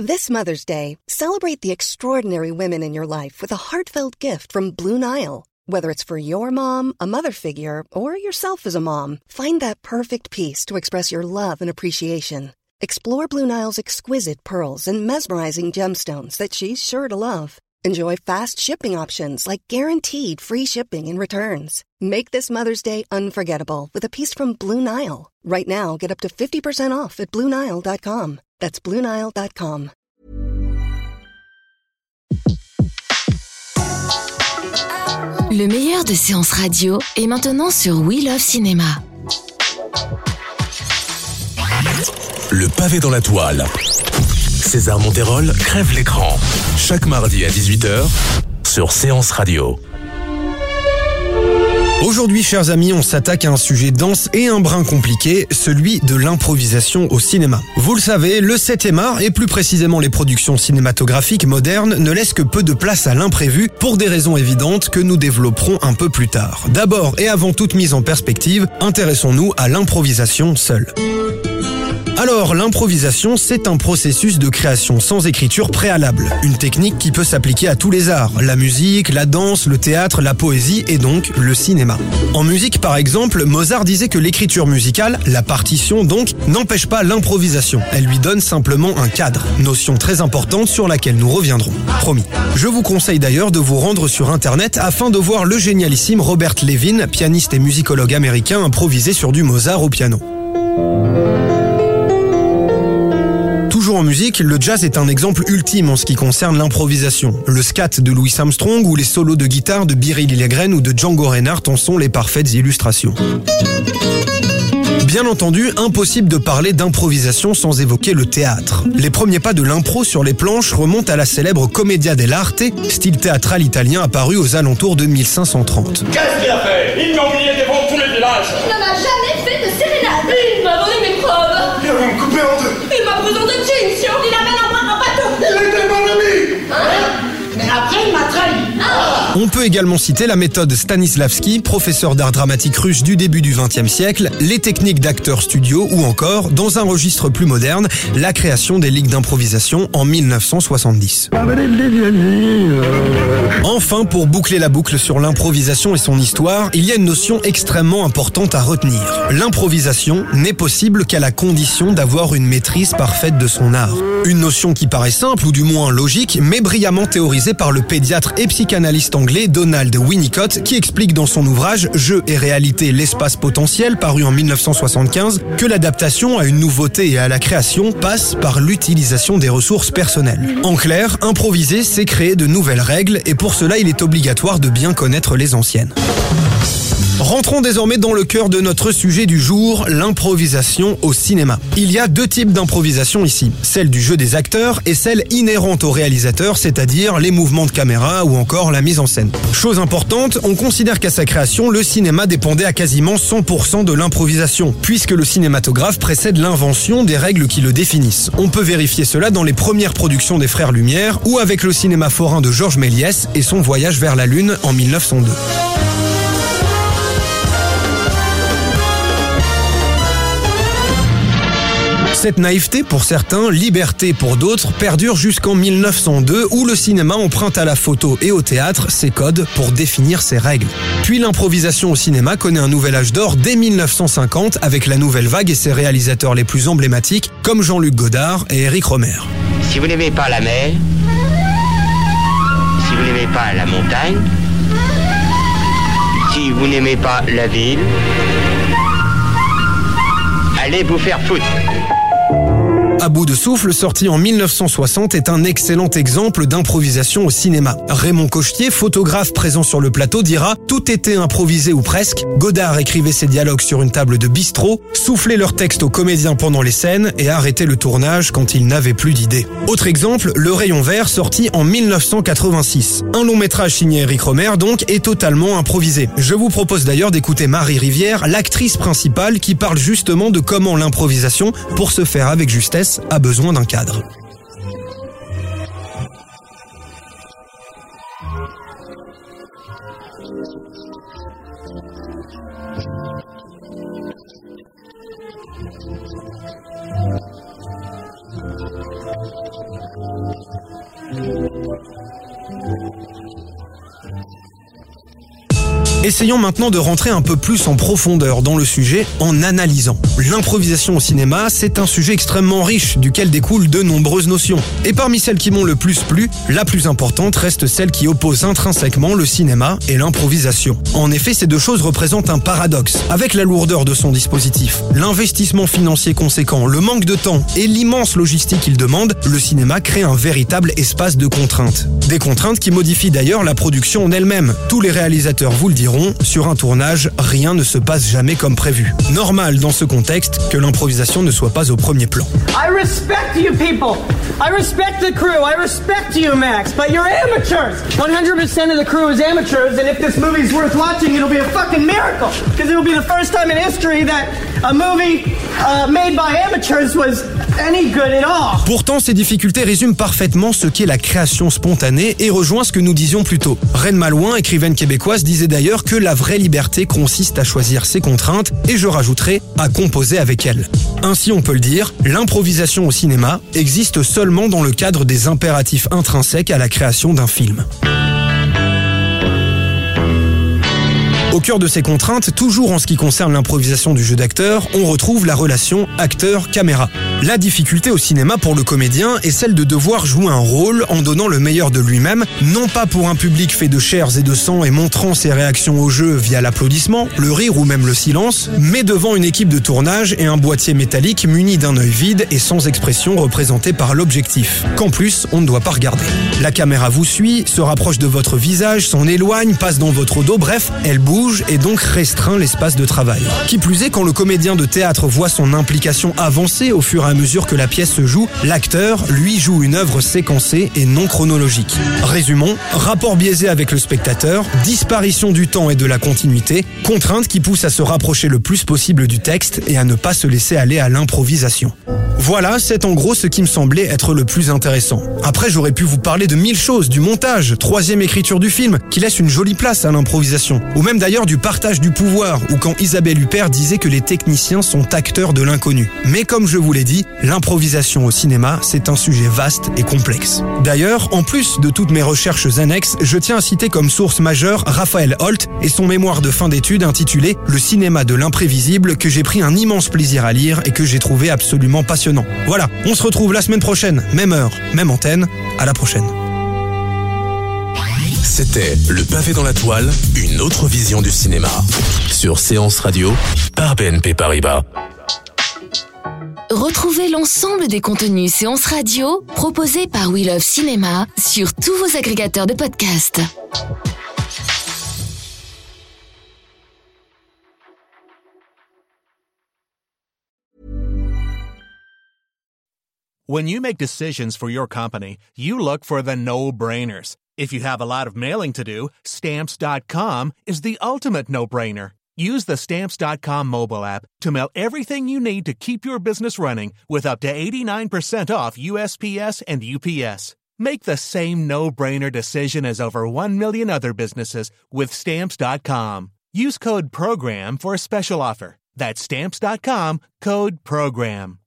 This Mother's Day, celebrate the extraordinary women in your life with a heartfelt gift from Blue Nile. Whether it's for your mom, a mother figure, or yourself as a mom, find that perfect piece to express your love and appreciation. Explore Blue Nile's exquisite pearls and mesmerizing gemstones that she's sure to love. Enjoy fast shipping options like guaranteed free shipping and returns. Make this Mother's Day unforgettable with a piece from Blue Nile. Right now, get up to 50% off at BlueNile.com. That's BlueNile.com. Le meilleur de séances radio est maintenant sur We Love Cinéma. Le pavé dans la toile. César Monterol crève l'écran. Chaque mardi à 18h sur Séance Radio. Aujourd'hui, chers amis, on s'attaque à un sujet dense et un brin compliqué, celui de l'improvisation au cinéma. Vous le savez, le 7e art, et plus précisément les productions cinématographiques modernes, ne laissent que peu de place à l'imprévu pour des raisons évidentes que nous développerons un peu plus tard. D'abord et avant toute mise en perspective, intéressons-nous à l'improvisation seule. Alors, l'improvisation, c'est un processus de création sans écriture préalable. Une technique qui peut s'appliquer à tous les arts, la musique, la danse, le théâtre, la poésie et donc le cinéma. En musique, par exemple, Mozart disait que l'écriture musicale, la partition donc, n'empêche pas l'improvisation. Elle lui donne simplement un cadre, notion très importante sur laquelle nous reviendrons. Promis. Je vous conseille d'ailleurs de vous rendre sur Internet afin de voir le génialissime Robert Levin, pianiste et musicologue américain, improviser sur du Mozart au piano. Toujours en musique, le jazz est un exemple ultime en ce qui concerne l'improvisation. Le scat de Louis Armstrong ou les solos de guitare de Bill Lillegren ou de Django Reinhardt en sont les parfaites illustrations. Bien entendu, impossible de parler d'improvisation sans évoquer le théâtre. Les premiers pas de l'impro sur les planches remontent à la célèbre Commedia dell'arte, style théâtral italien apparu aux alentours de 1530. Qu'est-ce qu'il a fait? Il m'a humilié devant tout le village. Il ne m'a jamais fait de sérénade. Il m'a volé mes preuves. Il a voulu me couper en deux. Il m'a présenté Cinzio. Il amène en moi un bateau. Il était mon ami. Mais après, il m'a trahi. On peut également citer la méthode Stanislavski, professeur d'art dramatique russe du début du XXe siècle, les techniques d'acteurs studio ou encore, dans un registre plus moderne, la création des ligues d'improvisation en 1970. Enfin, pour boucler la boucle sur l'improvisation et son histoire, il y a une notion extrêmement importante à retenir. L'improvisation n'est possible qu'à la condition d'avoir une maîtrise parfaite de son art. Une notion qui paraît simple ou du moins logique, mais brillamment théorisée par le pédiatre et psychanalyste anglais Donald Winnicott, qui explique dans son ouvrage « Jeu et réalité, l'espace potentiel » paru en 1975, que l'adaptation à une nouveauté et à la création passe par l'utilisation des ressources personnelles. En clair, improviser, c'est créer de nouvelles règles, et pour cela, il est obligatoire de bien connaître les anciennes. Rentrons désormais dans le cœur de notre sujet du jour, l'improvisation au cinéma. Il y a deux types d'improvisation ici, celle du jeu des acteurs et celle inhérente au réalisateur, c'est-à-dire les mouvements de caméra ou encore la mise en scène. Chose importante, on considère qu'à sa création, le cinéma dépendait à quasiment 100% de l'improvisation, puisque le cinématographe précède l'invention des règles qui le définissent. On peut vérifier cela dans les premières productions des Frères Lumière ou avec le cinéma forain de Georges Méliès et son voyage vers la Lune en 1902. Cette naïveté pour certains, liberté pour d'autres, perdure jusqu'en 1902 où le cinéma emprunte à la photo et au théâtre ses codes pour définir ses règles. Puis l'improvisation au cinéma connaît un nouvel âge d'or dès 1950 avec la nouvelle vague et ses réalisateurs les plus emblématiques comme Jean-Luc Godard et Éric Rohmer. Si vous n'aimez pas la mer, si vous n'aimez pas la montagne, si vous n'aimez pas la ville, allez vous faire foutre. À bout de souffle, sorti en 1960, est un excellent exemple d'improvisation au cinéma. Raymond Cochetier, photographe présent sur le plateau, dira « Tout était improvisé ou presque. Godard écrivait ses dialogues sur une table de bistrot, soufflait leurs textes aux comédiens pendant les scènes et arrêtait le tournage quand il n'avait plus d'idées. » Autre exemple, Le Rayon Vert, sorti en 1986. Un long métrage signé Éric Rohmer, donc, est totalement improvisé. Je vous propose d'ailleurs d'écouter Marie Rivière, l'actrice principale, qui parle justement de comment l'improvisation, pour se faire avec justesse, a besoin d'un cadre. Essayons maintenant de rentrer un peu plus en profondeur dans le sujet en analysant. L'improvisation au cinéma, c'est un sujet extrêmement riche duquel découlent de nombreuses notions. Et parmi celles qui m'ont le plus plu, la plus importante reste celle qui oppose intrinsèquement le cinéma et l'improvisation. En effet, ces deux choses représentent un paradoxe. Avec la lourdeur de son dispositif, l'investissement financier conséquent, le manque de temps et l'immense logistique qu'il demande, le cinéma crée un véritable espace de contraintes. Des contraintes qui modifient d'ailleurs la production en elle-même. Tous les réalisateurs vous le diront, sur un tournage, rien ne se passe jamais comme prévu. Normal dans ce contexte que l'improvisation ne soit pas au premier plan. I respect you people. I respect the crew. I respect you, Max. But you're amateurs. 100% of the crew is amateurs, and if this movie's worth watching, it'll be a fucking miracle. Because it'll be the first time in history that a movie made by amateurs was any good at all. Pourtant, ces difficultés résument parfaitement ce qu'est la création spontanée et rejoint ce que nous disions plus tôt. Reine Malouin, écrivaine québécoise, disait d'ailleurs que la vraie liberté consiste à choisir ses contraintes et je rajouterai à composer avec elles. Ainsi, on peut le dire, l'improvisation au cinéma existe seulement dans le cadre des impératifs intrinsèques à la création d'un film. Au cœur de ces contraintes, toujours en ce qui concerne l'improvisation du jeu d'acteur, on retrouve la relation acteur-caméra. La difficulté au cinéma pour le comédien est celle de devoir jouer un rôle en donnant le meilleur de lui-même, non pas pour un public fait de chairs et de sang et montrant ses réactions au jeu via l'applaudissement, le rire ou même le silence, mais devant une équipe de tournage et un boîtier métallique muni d'un œil vide et sans expression représenté par l'objectif, qu'en plus on ne doit pas regarder. La caméra vous suit, se rapproche de votre visage, s'en éloigne, passe dans votre dos, bref, elle bouge et donc restreint l'espace de travail. Qui plus est, quand le comédien de théâtre voit son implication avancer au fur et à mesure que la pièce se joue, l'acteur, lui, joue une œuvre séquencée et non chronologique. Résumons, rapport biaisé avec le spectateur, disparition du temps et de la continuité, contrainte qui pousse à se rapprocher le plus possible du texte et à ne pas se laisser aller à l'improvisation. Voilà, c'est en gros ce qui me semblait être le plus intéressant. Après, j'aurais pu vous parler de 1000 choses, du montage, 3e écriture du film, qui laisse une jolie place à l'improvisation, ou même d'ailleurs du partage du pouvoir, ou quand Isabelle Huppert disait que les techniciens sont acteurs de l'inconnu. Mais comme je vous l'ai dit, l'improvisation au cinéma, c'est un sujet vaste et complexe. D'ailleurs, en plus de toutes mes recherches annexes, je tiens à citer comme source majeure Raphaël Holt et son mémoire de fin d'études intitulé « Le cinéma de l'imprévisible » que j'ai pris un immense plaisir à lire et que j'ai trouvé absolument passionnant. Voilà, on se retrouve la semaine prochaine, même heure, même antenne, à la prochaine. C'était Le Pavé dans la Toile, une autre vision du cinéma. Sur Séance Radio, par BNP Paribas. Retrouvez l'ensemble des contenus Séance Radio proposés par We Love Cinéma sur tous vos agrégateurs de podcasts. When you make decisions for your company, you look for the no-brainers. If you have a lot of mailing to do, Stamps.com is the ultimate no-brainer. Use the Stamps.com mobile app to mail everything you need to keep your business running with up to 89% off USPS and UPS. Make the same no-brainer decision as over 1 million other businesses with Stamps.com. Use code PROGRAM for a special offer. That's Stamps.com, code PROGRAM.